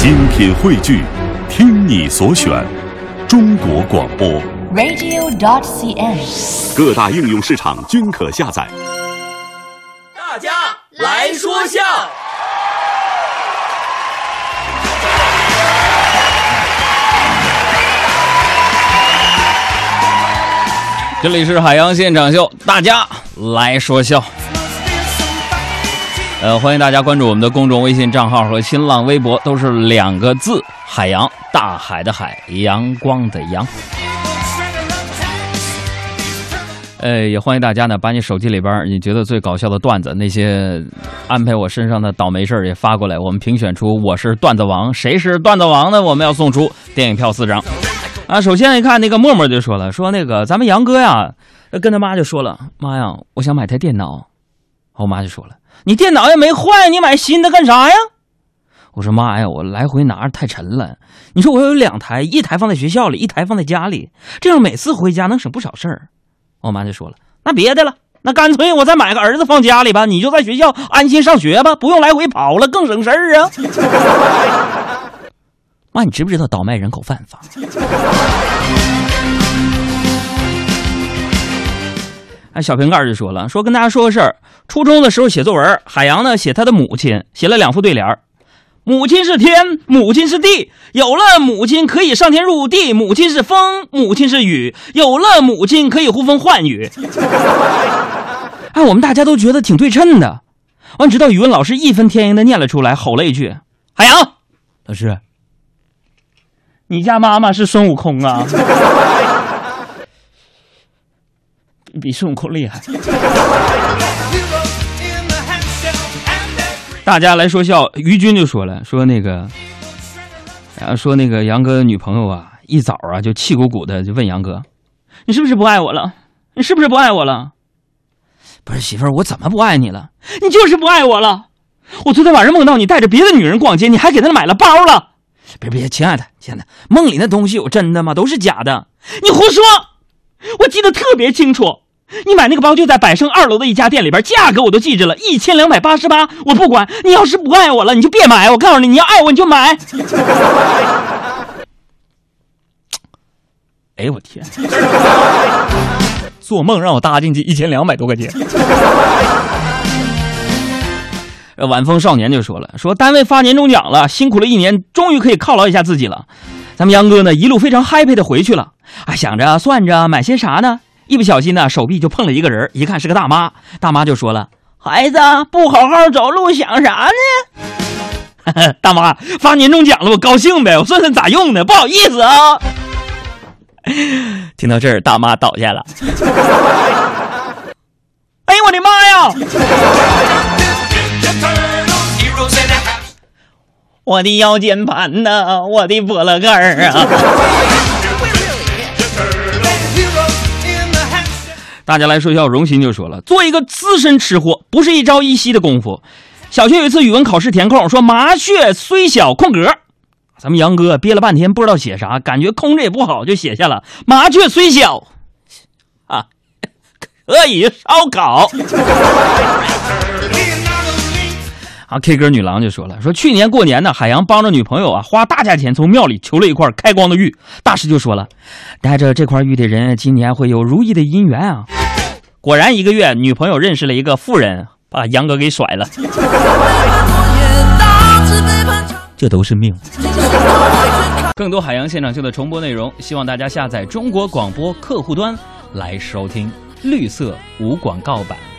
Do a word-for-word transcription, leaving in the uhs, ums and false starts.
精品汇聚，听你所选，中国广播 radio dot c n， 各大应用市场均可下载。 大家来说笑。 这里是海洋现场秀，大家来说笑。呃，欢迎大家关注我们的公众微信账号和新浪微博，都是两个字：海洋，大海的海，阳光的阳。呃，也欢迎大家呢，把你手机里边你觉得最搞笑的段子，那些安排我身上的倒霉事儿也发过来，我们评选出我是段子王，谁是段子王呢？我们要送出电影票四张。啊，首先一看那个默默就说了，说那个咱们杨哥呀，跟他妈就说了，妈呀，我想买台电脑。我妈就说了，你电脑也没坏，你买新的干啥呀？我说妈呀，我来回拿着太沉了。你说我有两台，一台放在学校里，一台放在家里，这样每次回家能省不少事儿。我妈就说了，那别的了，那干脆我再买个儿子放家里吧，你就在学校安心上学吧，不用来回跑了，更省事儿啊。妈，你知不知道倒卖人口犯法？哎，小瓶盖就说了，说跟大家说个事儿，初中的时候写作文，海洋呢写他的母亲，写了两副对联，母亲是天，母亲是地，有了母亲可以上天入地，母亲是风，母亲是雨，有了母亲可以呼风唤雨。哎，我们大家都觉得挺对称的。完，直到语文老师义愤填膺的念了出来，吼了一句：“海洋老师，你家妈妈是孙悟空啊！”比孙悟空厉害。大家来说笑，于军就说了，说那个，然后说那个杨哥的女朋友啊，一早啊就气鼓鼓的就问杨哥，你是不是不爱我了？你是不是不爱我了？不是媳妇儿，我怎么不爱你了？你就是不爱我了。我昨天晚上梦到你带着别的女人逛街，你还给她买了包了。别别，亲爱的，亲爱的，梦里那东西有真的吗？都是假的。你胡说！我记得特别清楚。你买那个包就在百盛二楼的一家店里边，价格我都记着了，一千两百八十八。我不管，你要是不爱我了，你就别买。我告诉你，你要爱我你就买。哎呦我天！做梦让我搭进去一千两百多块钱。晚风少年就说了，说单位发年终奖了，辛苦了一年，终于可以犒劳一下自己了。咱们杨哥呢，一路非常 happy 的回去了，啊，想着算着买些啥呢？一不小心呢，手臂就碰了一个人，一看是个大妈。大妈就说了：“孩子，不好好走路，想啥呢？”大妈，发年终奖了，我高兴呗，我算算咋用的，不好意思啊。听到这儿，大妈倒下了。哎呦我的妈呀！我的腰间盘呐，我的菠萝干儿啊！大家来说笑，荣鑫就说了，做一个资深吃货不是一朝一夕的功夫。小学有一次语文考试填空，说麻雀虽小空格，咱们杨哥憋了半天不知道写啥，感觉空着也不好，就写下了麻雀虽小啊，可以烧烤。啊 ，K 歌女郎就说了，说去年过年呢，海洋帮着女朋友啊，花大价钱从庙里求了一块开光的玉。大师就说了，带着这块玉的人，今年会有如意的姻缘啊。果然一个月，女朋友认识了一个富人，把杨哥给甩了。这都是命。更多海洋现场秀的重播内容，希望大家下载中国广播客户端来收听，绿色无广告版。